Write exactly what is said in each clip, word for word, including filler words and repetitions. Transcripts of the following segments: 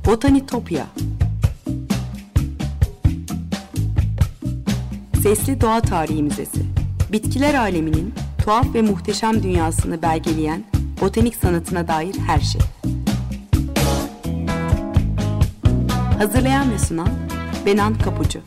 Botanitopya. Sesli Doğa Tarihi Müzesi. Bitkiler aleminin tuhaf ve muhteşem dünyasını belgeleyen botanik sanatına dair her şey. Hazırlayan ve sunan Benan Kapucu.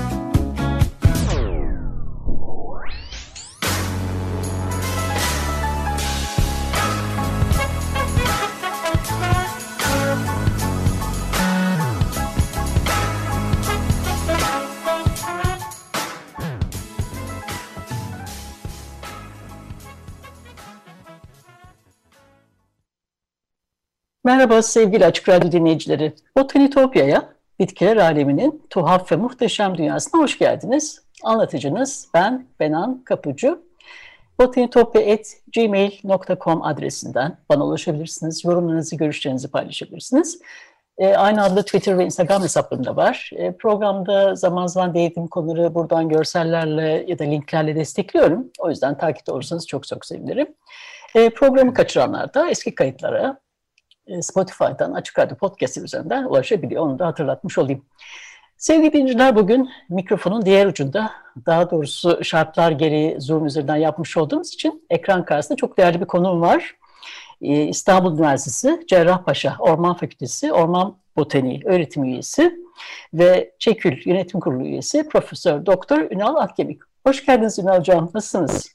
Merhaba sevgili Açık Radyo dinleyicileri. Botanitopya'ya, bitkiler aleminin tuhaf ve muhteşem dünyasına hoş geldiniz. Anlatıcınız ben Benan Kapucu. botanitopya at gmail nokta com adresinden bana ulaşabilirsiniz. Yorumlarınızı, görüşlerinizi paylaşabilirsiniz. E, aynı adlı Twitter ve Instagram hesaplarım da var. E, programda zaman zaman değindiğim konuları buradan görsellerle ya da linklerle destekliyorum. O yüzden takipte olursanız çok çok sevinirim. E, programı kaçıranlar da eski kayıtlara Spotify'dan, Açık Radyo Podcast üzerinden ulaşabiliyor. Onu da hatırlatmış olayım. Sevgili dinleyiciler, bugün mikrofonun diğer ucunda, daha doğrusu şartlar gereği Zoom üzerinden yapmış olduğumuz için ekran karşısında çok değerli bir konuğum var. İstanbul Üniversitesi Cerrahpaşa Orman Fakültesi Orman Botaniği öğretim üyesi ve ÇEKÜL Yönetim Kurulu üyesi Profesör Doktor Ünal Akkemik. Hoş geldiniz Ünal Hocam. Nasılsınız?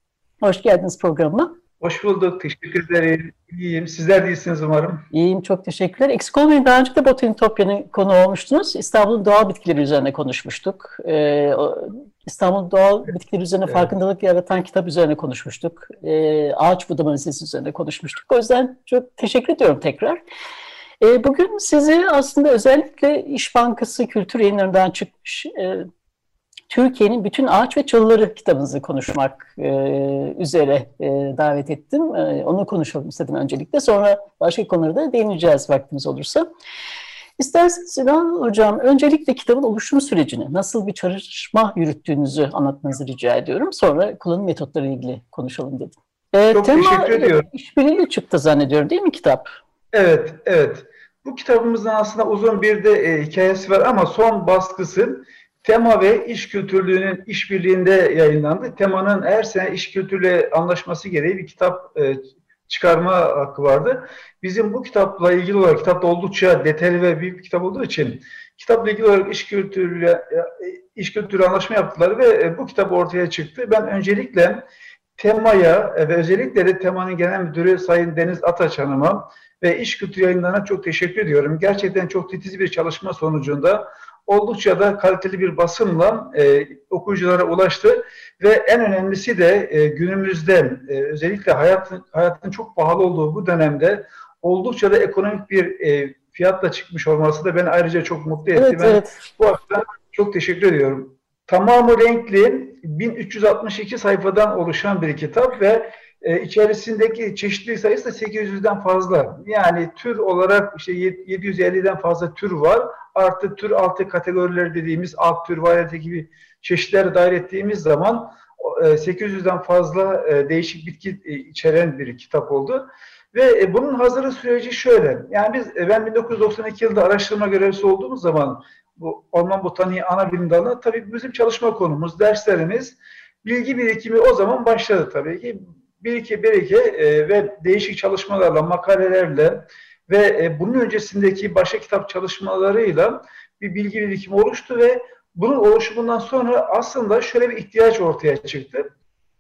Hoş geldiniz programıma. Hoş bulduk. Teşekkür ederim. İyiyim. Sizler de iyisiniz umarım. İyiyim. Çok teşekkürler. Eksik olmayın. Daha önce de Botanitopya'nın konu olmuştunuz. İstanbul'un doğal bitkileri üzerine konuşmuştuk. Ee, İstanbul doğal bitkileri üzerine evet. farkındalık yaratan kitap üzerine konuşmuştuk. Ee, ağaç budama meselesi üzerine konuşmuştuk. O yüzden çok teşekkür ediyorum tekrar. Ee, bugün sizi aslında özellikle İş Bankası Kültür Yayınları'ndan çıkmış e, Türkiye'nin Bütün Ağaç ve Çalıları kitabınızı konuşmak e, üzere e, davet ettim. E, onu konuşalım istedim öncelikle. Sonra başka konulara da değineceğiz vaktimiz olursa. İsterseniz Ünal Hocam, öncelikle kitabın oluşum sürecini, nasıl bir çalışma yürüttüğünüzü anlatmanızı rica ediyorum. Sonra kullanım metotları ile ilgili konuşalım dedim. E, Çok tema, teşekkür ediyorum. İşbirliğiyle çıktı zannediyorum, değil mi kitap? Evet, evet. Bu kitabımızın aslında uzun bir de e, hikayesi var ama son baskısı Tema ve İş Kültürlüğü'nün işbirliğinde yayınlandı. Tema'nın her sene İş Kültürlüğü anlaşması gereği bir kitap e, çıkarma hakkı vardı. Bizim bu kitapla ilgili olarak, kitap da oldukça detaylı ve büyük bir kitap olduğu için kitapla ilgili olarak İş Kültürlüğü, İş Kültürlüğü anlaşma yaptılar ve e, bu kitap ortaya çıktı. Ben öncelikle Tema'ya ve özellikle de Tema'nın Genel Müdürü Sayın Deniz Ataç Hanım'a ve İş Kültürü Yayınları'na çok teşekkür ediyorum. Gerçekten çok titiz bir çalışma sonucunda oldukça da kaliteli bir basımla e, okuyuculara ulaştı ve en önemlisi de e, günümüzde e, özellikle hayatın, hayatın çok pahalı olduğu bu dönemde oldukça da ekonomik bir e, fiyatla çıkmış olması da beni ayrıca çok mutlu etti. Evet, ben evet. bu açıdan çok teşekkür ediyorum. Tamamı renkli, bin üç yüz altmış iki sayfadan oluşan bir kitap ve e, içerisindeki çeşitlilik sayısı da sekiz yüzden fazla. Yani tür olarak işte yedi yüz elliden fazla tür var. Artı tür altı kategoriler dediğimiz alt tür, variyete gibi çeşitleri dahil ettiğimiz zaman e, sekiz yüzden fazla e, değişik bitki e, içeren bir kitap oldu. Ve e, bunun hazırlık süreci şöyle. Yani biz e, ben bin dokuz yüz doksan iki yılında araştırma görevlisi olduğumuz zaman bu orman botaniği ana bilim dalı tabii bizim çalışma konumuz, derslerimiz, bilgi birikimi o zaman başladı tabii ki. Bir iki bir iki e, ve değişik çalışmalarla, makalelerle ve e, bunun öncesindeki başka kitap çalışmalarıyla bir bilgi birikimi oluştu ve bunun oluşumundan sonra aslında şöyle bir ihtiyaç ortaya çıktı.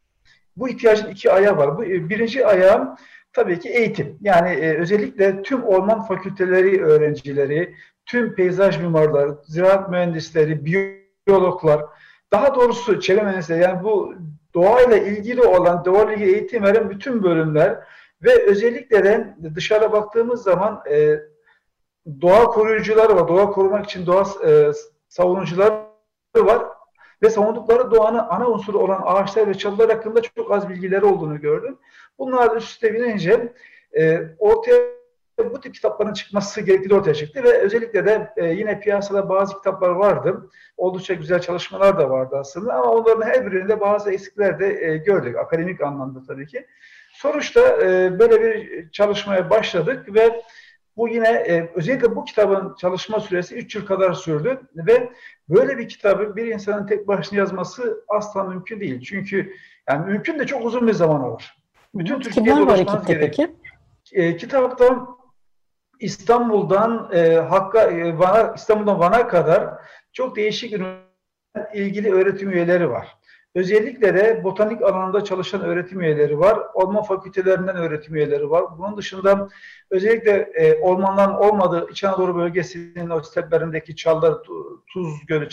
Bu ihtiyacın iki ayağı var. Bu birinci ayağı tabii ki eğitim. Yani e, özellikle tüm orman fakülteleri öğrencileri, tüm peyzaj mimarları, ziraat mühendisleri, biyologlar, daha doğrusu çevre mühendisleri, yani bu doğayla ilgili olan, doğayla ilgili eğitim veren bütün bölümler ve özellikle de dışarı baktığımız zaman e, doğa koruyucuları var. Doğa korumak için doğa e, savunucuları var ve savundukları doğanın ana unsuru olan ağaçlar ve çalılar hakkında çok az bilgileri olduğunu gördüm. Bunlar üst üste binince e, ortaya bu tip kitapların çıkması gerektiği ortaya çıktı ve özellikle de e, yine piyasada bazı kitaplar vardı. Oldukça güzel çalışmalar da vardı aslında ama onların her birinde bazı eksikler de e, gördük. Akademik anlamda tabii ki. Sonuçta e, böyle bir çalışmaya başladık ve Bu yine e, özellikle bu kitabın çalışma süresi üç yıl kadar sürdü ve böyle bir kitabı bir insanın tek başına yazması asla mümkün değil. Çünkü yani mümkün de çok uzun bir zaman alır. Bütün Türkiye'de Kimler var dolaşmanız ekipte gerekir. peki? E, kitapta İstanbul'dan e, Hakka, e, Van'a, İstanbul'dan Van'a kadar çok değişik ilgili öğretim üyeleri var. Özellikle de botanik alanında çalışan öğretim üyeleri var. Orman fakültelerinden öğretim üyeleri var. Bunun dışında özellikle e, ormanların olmadığı İç Anadolu bölgesinin o steplerindeki Çaldar, Tuz Gölü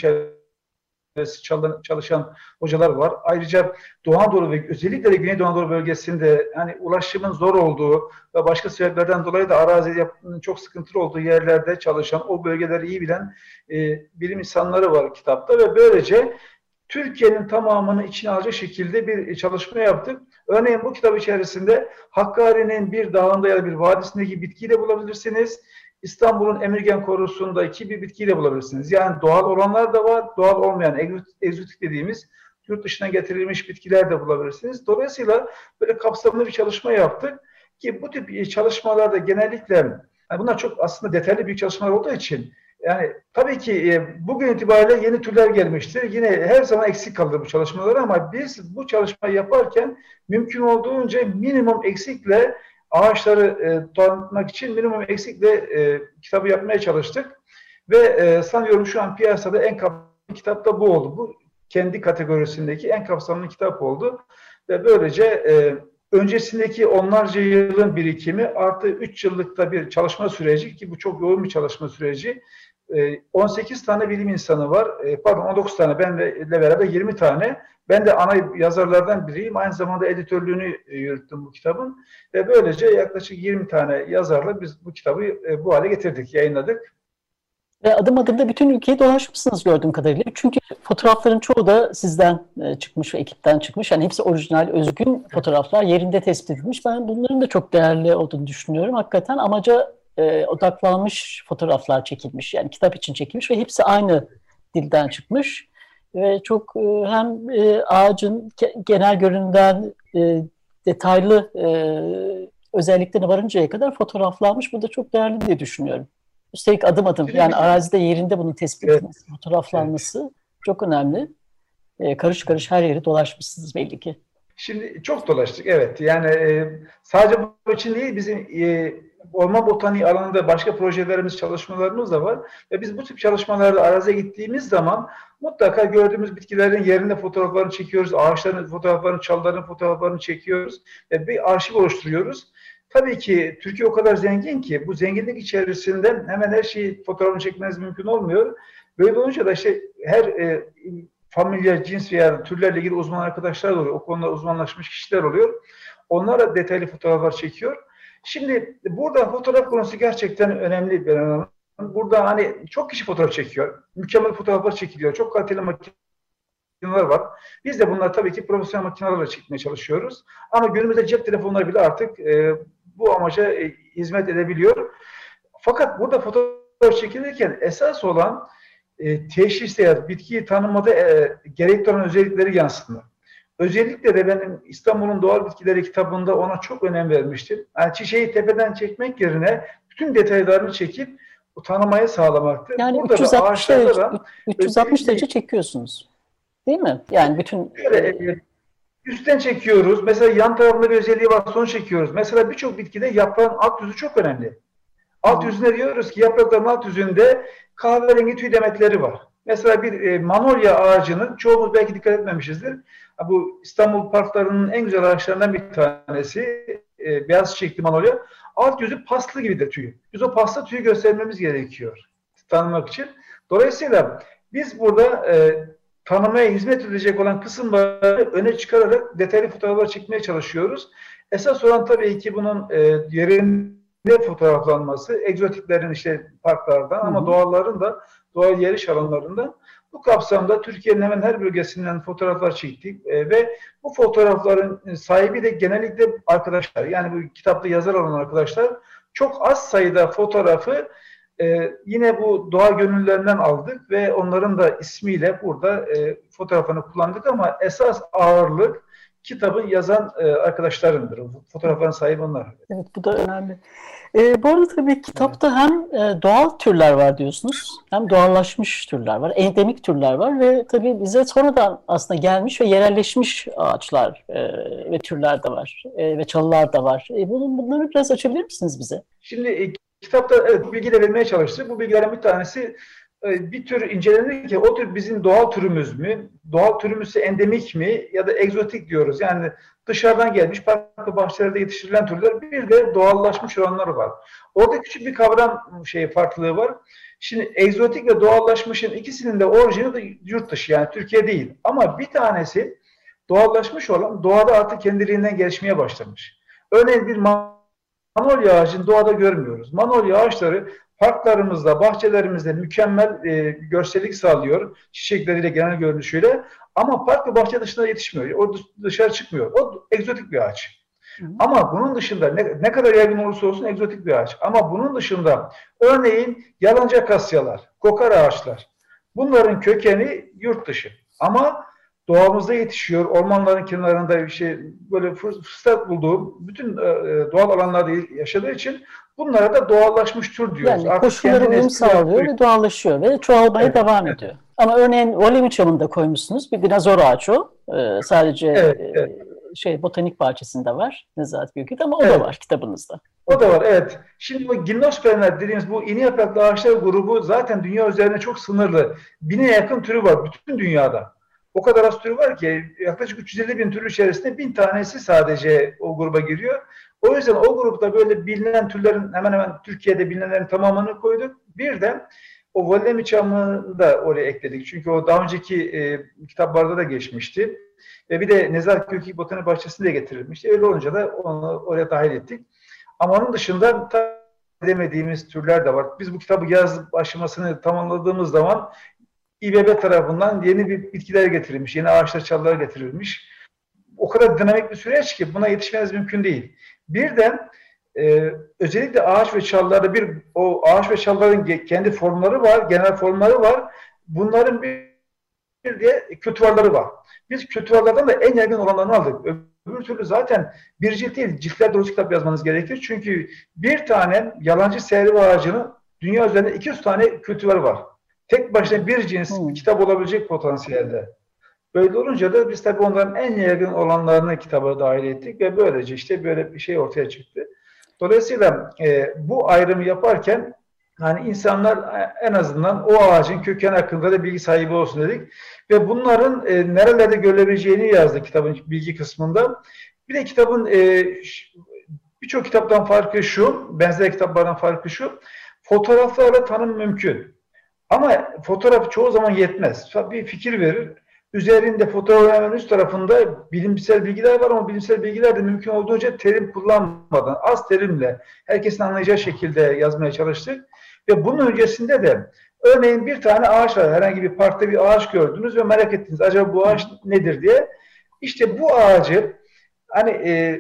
çevresi çalışan hocalar var. Ayrıca Doğu Anadolu ve özellikle de Güneydoğu Anadolu bölgesinde hani ulaşımın zor olduğu ve başka sebeplerden dolayı da arazi yapının çok sıkıntılı olduğu yerlerde çalışan, o bölgeleri iyi bilen e, bilim insanları var kitapta ve böylece Türkiye'nin tamamını içine alacak şekilde bir çalışma yaptık. Örneğin bu kitap içerisinde Hakkari'nin bir dağında ya da bir vadisindeki bitkiyi de bulabilirsiniz. İstanbul'un Emirgan Korusu'ndaki bir bitkiyi de bulabilirsiniz. Yani doğal olanlar da var, doğal olmayan egzotik dediğimiz yurt dışından getirilmiş bitkiler de bulabilirsiniz. Dolayısıyla böyle kapsamlı bir çalışma yaptık ki bu tip çalışmalarda genellikle yani bunlar çok aslında detaylı büyük çalışmalar olduğu için yani tabii ki e, bugün itibariyle yeni türler gelmiştir. Yine her zaman eksik kalır bu çalışmalar ama biz bu çalışmayı yaparken mümkün olduğunca minimum eksikle ağaçları e, tanıtmak için minimum eksikle e, kitabı yapmaya çalıştık. Ve e, sanıyorum şu an piyasada en kapsamlı kitap da bu oldu. Bu kendi kategorisindeki en kapsamlı kitap oldu. Ve böylece e, öncesindeki onlarca yılın birikimi artı üç yıllıkta bir çalışma süreci ki bu çok yoğun bir çalışma süreci. on sekiz tane bilim insanı var. Pardon on dokuz tane benle beraber yirmi tane. Ben de ana yazarlardan biriyim. Aynı zamanda editörlüğünü yürüttüm bu kitabın. Ve böylece yaklaşık yirmi tane yazarla biz bu kitabı bu hale getirdik, yayınladık. Ve adım adım da bütün ülkeyi dolaşmışsınız gördüğüm kadarıyla. Çünkü fotoğrafların çoğu da sizden çıkmış ve ekipten çıkmış. Yani hepsi orijinal, özgün fotoğraflar yerinde tespit edilmiş. Ben bunların da çok değerli olduğunu düşünüyorum. Hakikaten amaca e, odaklanmış fotoğraflar çekilmiş. Yani kitap için çekilmiş ve hepsi aynı dilden çıkmış. Ve çok e, hem e, ağacın genel görünümden e, detaylı e, özelliklerine varıncaya kadar fotoğraflanmış. Bu da çok değerli diye düşünüyorum. Üstelik adım adım yani arazide yerinde bunun tespit edilmesi, evet, fotoğraflanması evet, çok önemli. E, karış karış her yeri dolaşmışsınız belli ki. Şimdi çok dolaştık evet. Yani e, sadece bu için değil bizim e, orman botaniği alanında başka projelerimiz, çalışmalarımız da var. Ve biz bu tip çalışmalarda araziye gittiğimiz zaman mutlaka gördüğümüz bitkilerin yerinde fotoğraflarını çekiyoruz. Ağaçların fotoğraflarını, çalıların fotoğraflarını çekiyoruz. Ve bir arşiv oluşturuyoruz. Tabii ki Türkiye o kadar zengin ki bu zenginlik içerisinde hemen her şeyi fotoğrafını çekmeniz mümkün olmuyor. Böyle olunca da işte her e, familya, cins veya türlerle ilgili uzman arkadaşlar oluyor. O konuda uzmanlaşmış kişiler oluyor. Onlar da detaylı fotoğraflar çekiyor. Şimdi burada fotoğraf konusu gerçekten önemli bir alan. Burada hani çok kişi fotoğraf çekiyor. Mükemmel fotoğraflar çekiliyor. Çok kaliteli makineler var. Biz de bunlar tabii ki profesyonel makinelerle çekmeye çalışıyoruz. Ama günümüzde cep telefonları bile artık e, bu amaca e, hizmet edebiliyor. Fakat burada fotoğraf çekilirken esas olan e, teşhiste ya bitkiyi tanımada e, gerekli olan özellikleri yansıtma. Özellikle de benim İstanbul'un Doğal Bitkileri kitabında ona çok önem vermiştim. Yani çiçeği tepeden çekmek yerine bütün detaylarını çekip o tanımayı sağlamaktı. Yani burada üç yüz altmış derece, da üç yüz altmış derece çekiyorsunuz. Değil mi? Yani bütün şöyle, e, üstten çekiyoruz. Mesela yan tarafında bir özelliği var, son çekiyoruz. Mesela birçok bitkide yaprağın alt yüzü çok önemli. Alt yüzünde diyoruz ki yaprakların alt yüzünde kahverengi tüy demetleri var. Mesela bir e, manolya ağacının, çoğumuz belki dikkat etmemişizdir. Bu İstanbul parklarının en güzel ağaçlarından bir tanesi. E, beyaz çiçekli manolya. Alt yüzü paslı gibidir tüyü. Biz o paslı tüyü göstermemiz gerekiyor tanımak için. Dolayısıyla biz burada e, tanımaya hizmet edecek olan kısımları öne çıkararak detaylı fotoğraflar çekmeye çalışıyoruz. Esas olan tabii ki bunun e, yerinde fotoğraflanması, egzotiklerin işte parklardan, hı hı, ama doğalların da doğal yarış alanlarında. Bu kapsamda Türkiye'nin hemen her bölgesinden fotoğraflar çektik e, ve bu fotoğrafların sahibi de genellikle arkadaşlar, yani bu kitapta yazar olan arkadaşlar. Çok az sayıda fotoğrafı e, yine bu doğa gönüllülerinden aldık ve onların da ismiyle burada e, fotoğrafını kullandık ama esas ağırlık kitabın yazan e, arkadaşlarımdır. Fotoğrafların sahibi onlar. Evet, bu da önemli. E, bu arada tabii kitapta hem e, doğal türler var diyorsunuz, hem doğallaşmış türler var, endemik türler var ve tabii bize sonradan aslında gelmiş ve yerelleşmiş ağaçlar e, ve türler de var e, ve çalılar da var. E, bunun, bunları biraz açabilir misiniz bize? Şimdi e, kitapta evet, bilgi de vermeye çalıştık. Bu bilgilerin bir tanesi e, bir tür incelenir ki o tür bizim doğal türümüz mü, doğal türümüzse endemik mi ya da egzotik diyoruz. Yani dışarıdan gelmiş farklı bahçelerde yetiştirilen türler, bir de doğallaşmış olanlar var. Orada küçük bir kavram şey farklılığı var. Şimdi egzotik ve doğallaşmışın ikisinin de orijini de yurt dışı, yani Türkiye değil. Ama bir tanesi doğallaşmış olan doğada artık kendiliğinden gelişmeye başlamış. Örneğin bir manolya ağacını doğada görmüyoruz. Manolya ağaçları parklarımızda, bahçelerimizde mükemmel e, görsellik sağlıyor. Çiçekleriyle, genel görünüşüyle. Ama park ve bahçe dışında yetişmiyor. O dışarı çıkmıyor. O egzotik bir ağaç. Hı hı. Ama bunun dışında ne, ne kadar yaygın olursa olsun egzotik bir ağaç. Ama bunun dışında örneğin yalancı akasyalar, kokar ağaçlar. Bunların kökeni yurt dışı. Ama doğamızda yetişiyor. Ormanların kenarında bir şey böyle fırsat bulduğu bütün e, doğal alanlarda yaşadığı için bunlara da doğallaşmış tür diyoruz. Yani koşullara uyum sağlıyor ve doğallaşıyor ve çoğalmaya evet, devam ediyor. Evet. Ama örneğin Volemi Çamı'nda koymuşsunuz. Bir dinozor ağacı o. Ee, sadece evet, evet. E, şey botanik bahçesinde var. Nezahat Gökit ama o evet. da var kitabınızda. O da var, evet. Şimdi bu gimnospermler dediğimiz bu ini yapraklı ağaçlar grubu zaten dünya üzerinde çok sınırlı. Bine yakın türü var bütün dünyada. O kadar az türü var ki yaklaşık üç yüz elli bin türü içerisinde bin tanesi sadece o gruba giriyor. O yüzden o grupta böyle bilinen türlerin hemen hemen Türkiye'de bilinenlerin tamamını koyduk. Bir de o Volemi Çamı'nı da oraya ekledik. Çünkü o daha önceki e, kitaplarda da geçmişti. Ve bir de Nezahat Gökik Botanik Bahçesi'ne de getirilmişti. Öyle olunca da onu oraya dahil ettik. Ama onun dışında edemediğimiz türler de var. Biz bu kitabı yaz aşamasını tamamladığımız zaman İBB tarafından yeni bir bitkiler getirilmiş, yeni ağaçlar, çalılar getirilmiş. O kadar dinamik bir süreç ki buna yetişmeniz mümkün değil. Bir de e, özellikle ağaç ve çalılarda bir o ağaç ve çalıların kendi formları var, genel formları var. Bunların bir, bir de kültivarları var. Biz kültivarlardan da en yaygın olanlarını aldık. Öbür türlü zaten bir cilt değil, ciltler dolusu kitap yazmanız gerekir. Çünkü bir tane yalancı servi ağacının dünya üzerinde iki yüz tane kültivarı var. Tek başına bir cins hmm. kitap olabilecek potansiyelde. Böyle olunca da biz tabii onların en yaygın olanlarını kitaba dahil ettik ve böylece işte böyle bir şey ortaya çıktı. Dolayısıyla e, bu ayrımı yaparken hani insanlar en azından o ağacın kökeni hakkında da bilgi sahibi olsun dedik. Ve bunların e, nerelerde görülebileceğini yazdık kitabın bilgi kısmında. Bir de kitabın e, birçok kitaptan farkı şu, benzer kitaplardan farkı şu, fotoğraflarla tanım mümkün. Ama fotoğraf çoğu zaman yetmez. Bir fikir verir. Üzerinde fotoğrafın hemen üst tarafında bilimsel bilgiler var ama bilimsel bilgiler de mümkün olduğunca terim kullanmadan, az terimle herkesin anlayacağı şekilde yazmaya çalıştık. Ve bunun öncesinde de örneğin bir tane ağaç var. Herhangi bir parkta bir ağaç gördünüz ve merak ettiniz. Acaba bu ağaç nedir diye. İşte bu ağacı hani e,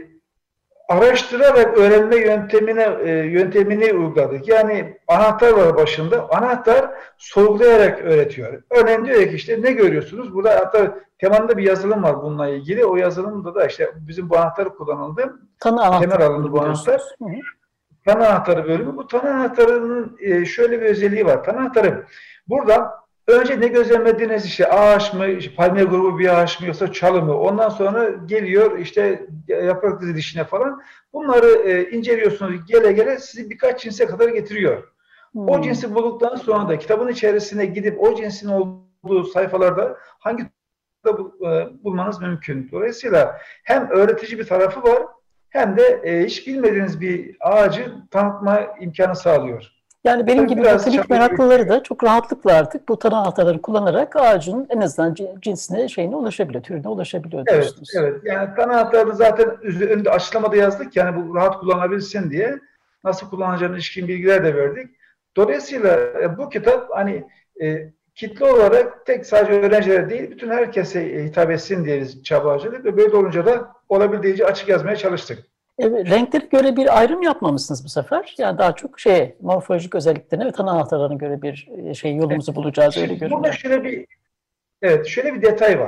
araştırarak öğrenme yöntemine e, yöntemini uyguladık. Yani anahtar var başında. Anahtar sorgulayarak öğretiyor. Örneğin diyor ki işte ne görüyorsunuz? Burada hatta temanda bir yazılım var bununla ilgili. O yazılımda da işte bizim bu anahtarı kullanıldı. Tanı anahtarı. Temel alındı bu anahtar. Hı hı. Tanı anahtarı bölümü. Bu tanı anahtarının e, şöyle bir özelliği var. Tanı anahtarı burada önce ne gözlemlediğiniz işte ağaç mı, işte palmiye grubu bir ağaç mı yoksa çalı mı? Ondan sonra geliyor işte yaprak dizilişine falan. Bunları e, inceliyorsunuz. Gele gele sizi birkaç cinse kadar getiriyor. Hmm. O cinsi bulduktan sonra da kitabın içerisine gidip o cinsin olduğu sayfalarda hangi da bulmanız mümkün. Dolayısıyla hem öğretici bir tarafı var hem de e, hiç bilmediğiniz bir ağacı tanıtma imkanı sağlıyor. Yani benim gibi botanik meraklıları da çok rahatlıkla artık bu tanı anahtarları kullanarak ağacın en azından cinsine, şeyine ulaşabiliyor, türüne ulaşabiliyor diyorsunuz. Evet, evet. Yani tanı anahtarını zaten önünde açıklamada yazdık. Yani bu rahat kullanabilsin diye nasıl kullanacağına ilişkin bilgiler de verdik. Dolayısıyla bu kitap hani e, kitle olarak tek sadece öğrencilere değil, bütün herkese hitap etsin diye biz çaba harcadık ve böyle olunca da olabildiğince açık yazmaya çalıştık. Evet, renklere göre bir ayrım yapmamışsınız bu sefer. Yani daha çok şey morfolojik özelliklerine ve tanı anahtarlarına göre bir şey yolumuzu bulacağız öyle görünüyor. Burada şöyle bir evet şöyle bir detay var.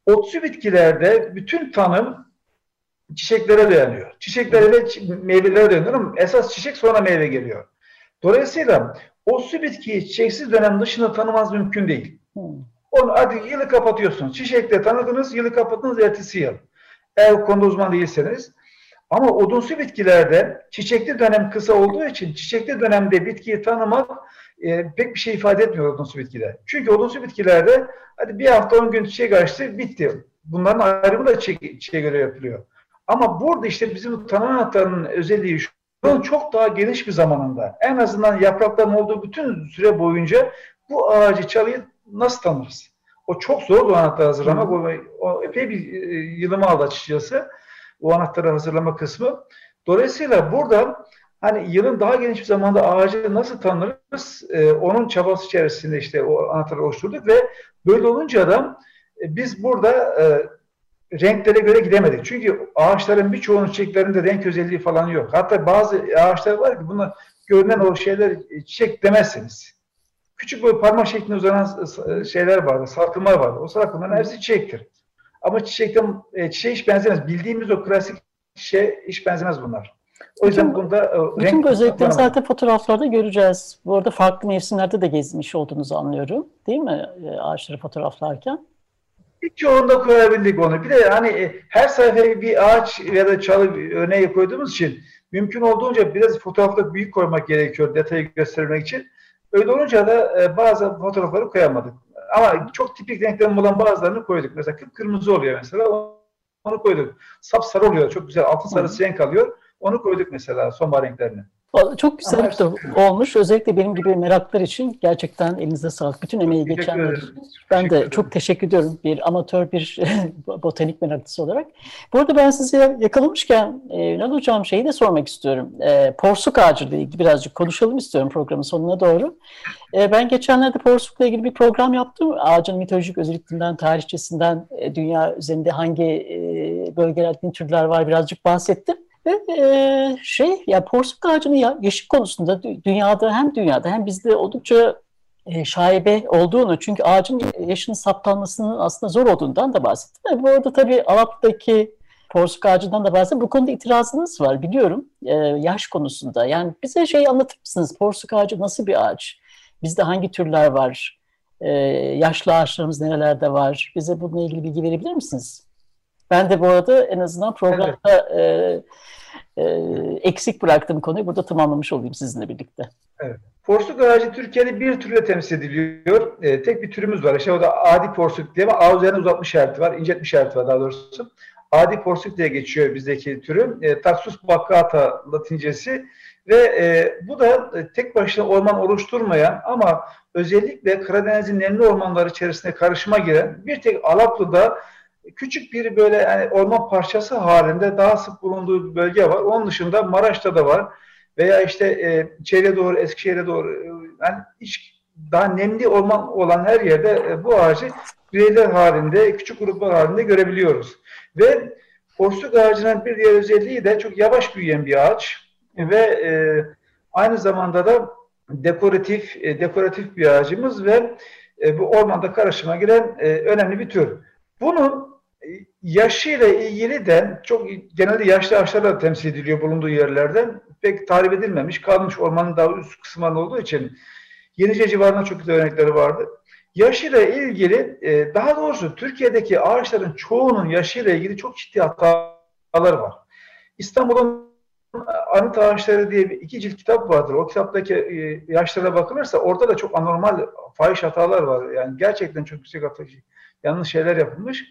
Otsu bitkilerde bütün tanım çiçeklere dayanıyor. Çiçeklere ve meyvelere dayanıyor ama esas çiçek sonra meyve geliyor. Dolayısıyla otsu bitkiyi çiçeksiz dönem dışında tanımaz mümkün değil. Hmm. Onu hadi yılı kapatıyorsunuz. Çiçekle tanıdınız, yılı kapattınız, ertesi yıl. Eğer o konuda uzman değilseniz. Ama odunsu bitkilerde çiçekli dönem kısa olduğu için çiçekli dönemde bitkiyi tanımak e, pek bir şey ifade etmiyor odunsu bitkiler. Çünkü odunsu bitkilerde hadi bir hafta on gün çiçek açtı, bitti. Bunların ayrımı da çiçeğe, çiçeğe göre yapılıyor. Ama burada işte bizim tanım anahtarının özelliği şu, çok daha geniş bir zamanında, en azından yaprakların olduğu bütün süre boyunca bu ağacı, çalıyı nasıl tanırız? O çok zor bu anahtarı hazırlamak. O, o epey bir e, yılımı aldı açıkçası. O anahtarı hazırlama kısmı. Dolayısıyla burada hani yılın daha geniş bir zamanda ağacı nasıl tanırız? E, onun çabası içerisinde işte o anahtarı oluşturduk ve böyle olunca da e, biz burada e, renklere göre gidemedik. Çünkü ağaçların birçoğunun çiçeklerinde renk özelliği falan yok. Hatta bazı ağaçlar var ki bunlar görünen o şeyler çiçek demezsiniz. Küçük böyle parmak şeklinde uzanan şeyler vardı, salkımlar vardı. O salkımların hepsi çiçektir. Ama çiçekten, çiçeğe hiç benzemez. Bildiğimiz o klasik şey hiç benzemez bunlar. O yüzden bütün, bunda bütün bu özellikleri zaten fotoğraflarda göreceğiz. Bu arada farklı mevsimlerde de gezmiş olduğunuzu anlıyorum. Değil mi ağaçları fotoğraflarken? Birçoğunda koyabildik onu. Bir de hani her sayfaya bir ağaç ya da çalı örneği koyduğumuz için mümkün olduğunca biraz fotoğrafta büyük koymak gerekiyor detayı göstermek için. Öyle olunca da bazı fotoğrafları koyamadık. Ama çok tipik renklerin olan bazılarını koyduk. Mesela kıpkırmızı oluyor mesela. Onu koyduk. Sapsarı oluyor. Çok güzel altın sarısı renk alıyor. Onu koyduk mesela sonbahar renklerini. Çok güzel Ama bir kitap olmuş. Özellikle benim gibi meraklar için gerçekten elinize sağlık. Bütün emeği geçenler için. Ben de çok teşekkür ediyorum bir amatör bir botanik meraklısı olarak. Bu arada ben sizi yakalamışken Ünal Hocam şeyi de sormak istiyorum. E, porsuk ağacı ile ilgili birazcık konuşalım istiyorum programın sonuna doğru. E, ben geçenlerde porsukla ilgili bir program yaptım. Ağacın mitolojik özelliklerinden, tarihçesinden, e, dünya üzerinde hangi e, bölgelerde türler var birazcık bahsettim. Ve e, şey ya porsuk ağacının ya, yaşı konusunda dünyada hem dünyada hem bizde oldukça e, şaibe olduğunu, çünkü ağacın yaşının saptanmasının aslında zor olduğundan da bahsettim. Ve bu arada tabii Alap'taki porsuk ağacından da bahsettim. Bu konuda itirazınız var biliyorum e, yaş konusunda. Yani bize şey anlatır mısınız? Porsuk ağacı nasıl bir ağaç? Bizde hangi türler var? E, yaşlı ağaçlarımız nerelerde var? Bize bununla ilgili bilgi verebilir misiniz? Ben de bu arada en azından programda evet. e, e, eksik bıraktığım konuyu burada tamamlamış olayım sizinle birlikte. Evet. Porsuk ağacı Türkiye'de bir türle temsil ediliyor. E, tek bir türümüz var. İşte o da adi porsuk diye ama ağ üzerine uzatmış işareti var, inceltmiş işareti var daha doğrusu. Adi porsuk diye geçiyor bizdeki türü. E, Taxus baccata latincesi ve e, bu da e, tek başına orman oluşturmayan ama özellikle Karadeniz'in nemli ormanları içerisinde karışıma giren bir tek Alaplı'da küçük bir böyle yani orman parçası halinde daha sık bulunduğu bir bölge var. Onun dışında Maraş'ta da var. Veya işte e, Çeyre doğru, Eskişehir'e doğru e, yani hiç daha nemli orman olan her yerde e, bu ağacı bireyler halinde, küçük gruplar halinde görebiliyoruz. Ve porsuk ağacının bir diğer özelliği de çok yavaş büyüyen bir ağaç ve e, aynı zamanda da dekoratif e, dekoratif bir ağacımız ve e, bu ormanda karışıma giren e, önemli bir tür. Bunun yaşıyla ilgili de çok genelde yaşlı ağaçlarla temsil ediliyor bulunduğu yerlerden. Pek tarif edilmemiş, kalmış ormanın daha üst kısımlarında olduğu için Yenice civarında çok güzel örnekleri vardı. Yaşıyla ilgili, daha doğrusu Türkiye'deki ağaçların çoğunun yaşıyla ilgili çok ciddi hatalar var. İstanbul'un Anıt Ağaçları diye bir iki cilt kitap vardır. O kitaptaki yaşlara bakılırsa orada da çok anormal fahiş hatalar var. Yani gerçekten çok yüksek hata, yanlış şeyler yapılmış.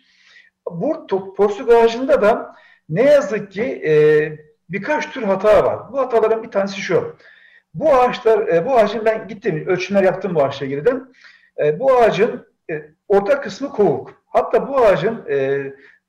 Bu porsuk ağacında da ne yazık ki e, birkaç tür hata var. Bu hataların bir tanesi şu. Bu ağaçlar, e, bu ağacın ben gittim, ölçümler yaptım bu ağaçla ilgili. E, bu ağacın e, orta kısmı kovuk. Hatta bu ağacın e,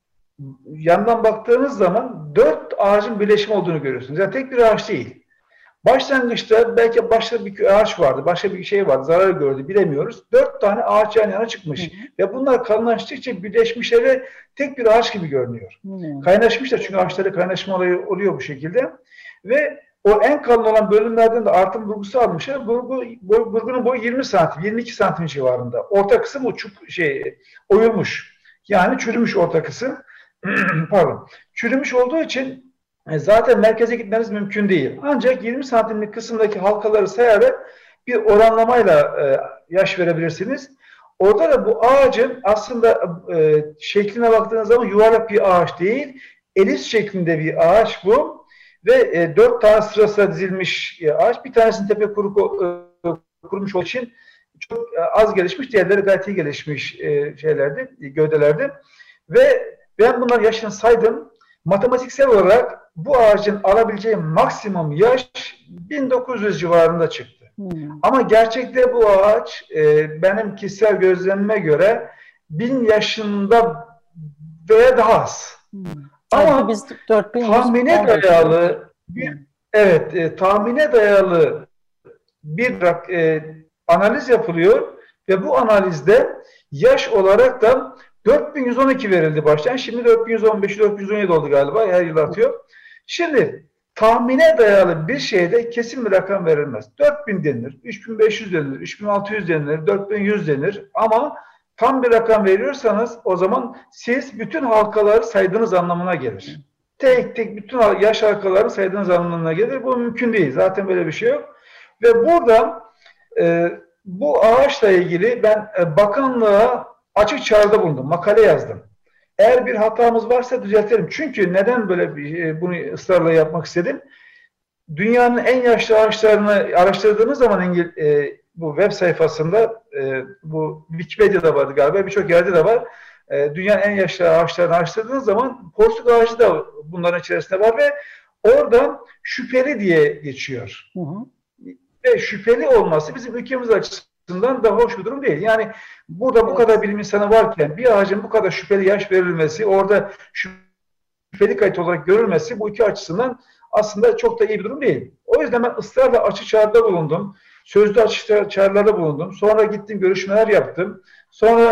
yandan baktığınız zaman dört ağacın birleşimi olduğunu görüyorsunuz. Yani tek bir ağaç değil. Başlangıçta belki başka bir ağaç vardı, başka bir şey vardı, zarar gördü, bilemiyoruz. Dört tane ağaç yan yana çıkmış. Hı hı. Ve bunlar kalınlaştıkça birleşmişler ve tek bir ağaç gibi görünüyor. Hı. Kaynaşmışlar çünkü ağaçlarda kaynaşma olayı oluyor bu şekilde. Ve o en kalın olan bölümlerden de artım burgusu almışlar. Burgu, boy, burgunun boyu yirmi santim, yirmi iki santim civarında. Orta kısım uçuk, şey, oyulmuş. Yani çürümüş orta kısım. Pardon. Çürümüş olduğu için zaten merkeze gitmeniz mümkün değil. Ancak yirmi santimlik kısımdaki halkaları sayarak bir oranlamayla e, yaş verebilirsiniz. Orada da bu ağacın aslında e, şekline baktığınız zaman yuvarlak bir ağaç değil, elips şeklinde bir ağaç bu. Ve e, dört tane sıra sıra dizilmiş e, ağaç. Bir tanesinin tepe kuru, e, kurumuş olduğu için çok e, az gelişmiş, diğerleri gayet iyi gelişmiş e, şeylerdi, gövdelerdi. Ve ben bunların yaşını saydım. Matematiksel olarak bu ağacın alabileceği maksimum yaş bin dokuz yüz civarında çıktı. Hmm. Ama gerçekte bu ağaç e, benim kişisel gözlemime göre bin yaşında veya daha az. Hmm. Ama biz tahmine dayalı bir, evet e, tahmine dayalı bir e, analiz yapılıyor ve bu analizde yaş olarak da dört bin yüz on iki verildi baştan. Şimdi dört bin yüz on beş dört bin yüz on yedi oldu galiba. Her yıl artıyor. Şimdi tahmine dayalı bir şeyde kesin bir rakam verilmez. dört bin denir, üç bin beş yüz denir, üç bin altı yüz denir, dört bin yüz denir ama tam bir rakam veriyorsanız o zaman siz bütün halkaları saydığınız anlamına gelir. Tek tek bütün yaş halkalarını saydığınız anlamına gelir. Bu mümkün değil. Zaten böyle bir şey yok. Ve burada e, bu ağaçla ilgili ben e, bakanlığa açık çağrıda bulundum. Makale yazdım. Eğer bir hatamız varsa düzeltelim. Çünkü neden böyle bir, e, bunu ısrarla yapmak istedim? Dünyanın en yaşlı ağaçlarını araştırdığınız zaman İngil e, bu web sayfasında e, bu Wikipedia'da vardı galiba, birçok yerde de var. E, dünyanın en yaşlı ağaçlarını araştırdığınız zaman porsuk ağacı da bunların içerisinde var ve orada şüpheli diye geçiyor. Hı hı. Ve şüpheli olması bizim ülkemiz açısından da hoş bir durum değil. Yani burada bu evet. kadar bilim insanı varken bir ağacın bu kadar şüpheli yaş verilmesi, orada şüpheli kayıt olarak görülmesi bu ülke açısından aslında çok da iyi bir durum değil. O yüzden ben ısrarla açık çağrıda bulundum. Sözlü açık çağrılarda bulundum. Sonra gittim, görüşmeler yaptım. Sonra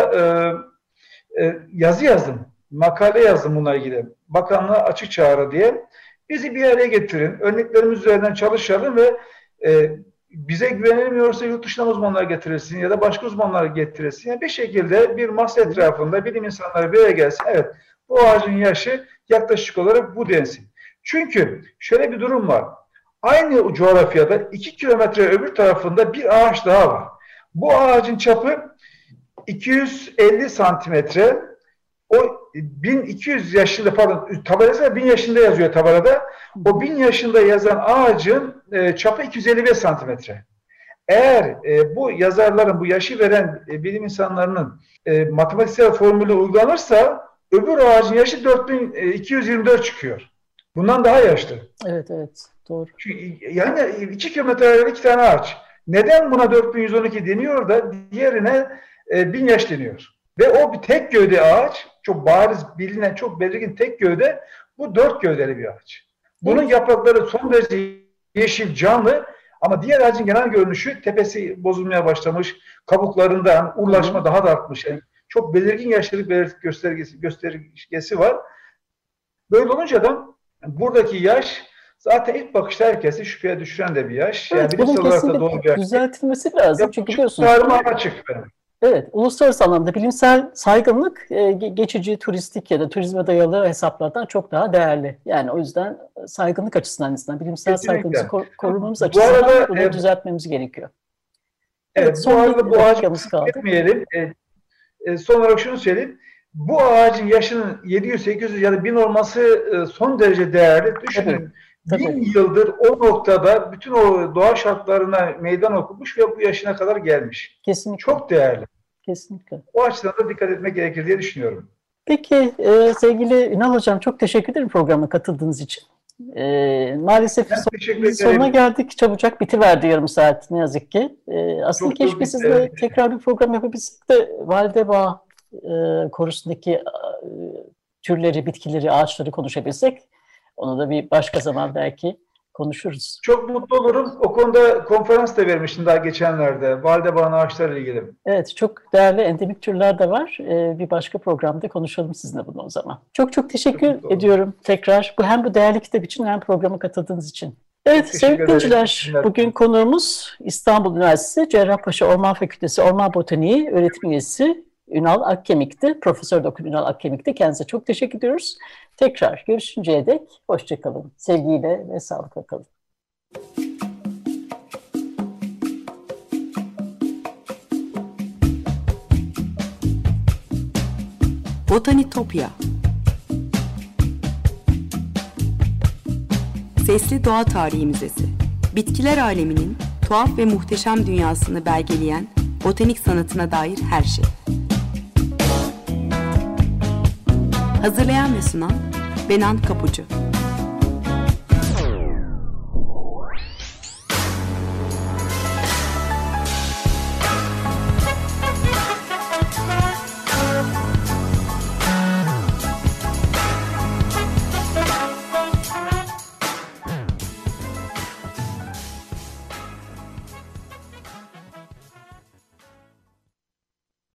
e, e, yazı yazdım. Makale yazdım bununla ilgili. Bakanlığa açık çağrı diye. Bizi bir araya getirin. Örneklerimiz üzerinden çalışalım ve e, bize güvenilmiyorsa yurt dışından uzmanlar getirilsin ya da başka uzmanlar getirilsin. Yani bir şekilde bir masa etrafında bilim insanları bir araya gelsin. Evet, bu ağacın yaşı yaklaşık olarak bu densin. Çünkü şöyle bir durum var. Aynı coğrafyada iki kilometre öbür tarafında bir ağaç daha var. Bu ağacın çapı iki yüz elli santimetre. O bin iki yüz yaşında, pardon, tabelası bin yaşında yazıyor tabelada. O bin yaşında yazan ağacın e, çapı iki yüz elli beş santimetre. Eğer e, bu yazarların, bu yaşı veren e, bilim insanlarının e, matematiksel formülü uygulanırsa öbür ağacın yaşı dört bin iki yüz yirmi dört çıkıyor. Bundan daha yaşlı. Evet, evet. Doğru. Çünkü yani iki kilometre iki tane ağaç. Neden buna dört bin yüz on iki deniyor da diğerine e, bin yaş deniyor? Ve o bir tek gövde ağaç, çok bariz bilinen, çok belirgin tek gövde, bu dört gövdeli bir ağaç. Bunun yaprakları son derece yeşil, canlı ama diğer ağacın genel görünüşü tepesi bozulmaya başlamış, kabuklarında yani urlaşma daha da artmış. Yani çok belirgin yaşlılık belirtik göstergesi, göstergesi var. Böyle olunca da buradaki yaş zaten ilk bakışta herkesi şüpheye düşüren de bir yaş. Evet, yani bunun kesinlikle düzeltilmesi lazım. Çünkü biliyorsunuz. Açık benim. Evet, uluslararası anlamda bilimsel saygınlık e, geçici turistik ya da turizme dayalı hesaplardan çok daha değerli. Yani o yüzden saygınlık açısından, açısından bilimsel saygınlığı kor korumamız açısından arada, bunu e, düzeltmemiz gerekiyor. Evet, evet son bu arada bu ağacı etmeyelim. E, e, son olarak şunu söyleyeyim. Bu ağacın yaşının yedi yüz sekiz yüz ya da bin olması e, son derece değerli. Düşünün. Tabii. Bin yıldır o noktada bütün o doğa şartlarına meydan okumuş ve bu yaşına kadar gelmiş. Kesinlikle. Çok değerli. Kesinlikle. O açıdan da dikkat etmek gerekir diye düşünüyorum. Peki e, sevgili Ünal Hocam, çok teşekkür ederim programa katıldığınız için. E, maalesef son, sonuna geldik. Çabucak bitiverdi yarım saat ne yazık ki. E, aslında çok keşke sizle evet. tekrar bir program yapabilsek de Validebağ e, korusundaki e, türleri, bitkileri, ağaçları konuşabilsek. Onu da bir başka zaman belki konuşuruz. Çok mutlu olurum. O konuda konferans da vermiştim daha geçenlerde. Validebağ ağaçlarıyla ilgili. Evet, çok değerli endemik türler de var. Ee, bir başka programda konuşalım sizinle bunu o zaman. Çok çok teşekkür çok ediyorum tekrar. Bu hem bu değerli kitap için hem programa katıldığınız için. Evet sevgili dinleyiciler, bugün konuğumuz İstanbul Üniversitesi Cerrahpaşa Orman Fakültesi Orman Botaniği öğretim üyesi Ünal Akkemik'ti. Profesör Doktor Ünal Akkemik'ti. Kendinize çok teşekkür ediyoruz. Tekrar görüşünceye dek hoşça kalın. Sevgiyle ve sağlıkla kalın. Botanitopya. Sesli Doğa Tarihi Müzesi. Bitkiler aleminin tuhaf ve muhteşem dünyasını belgeleyen botanik sanatına dair her şey. Hazırlayan ve sunan Benan Kapucu.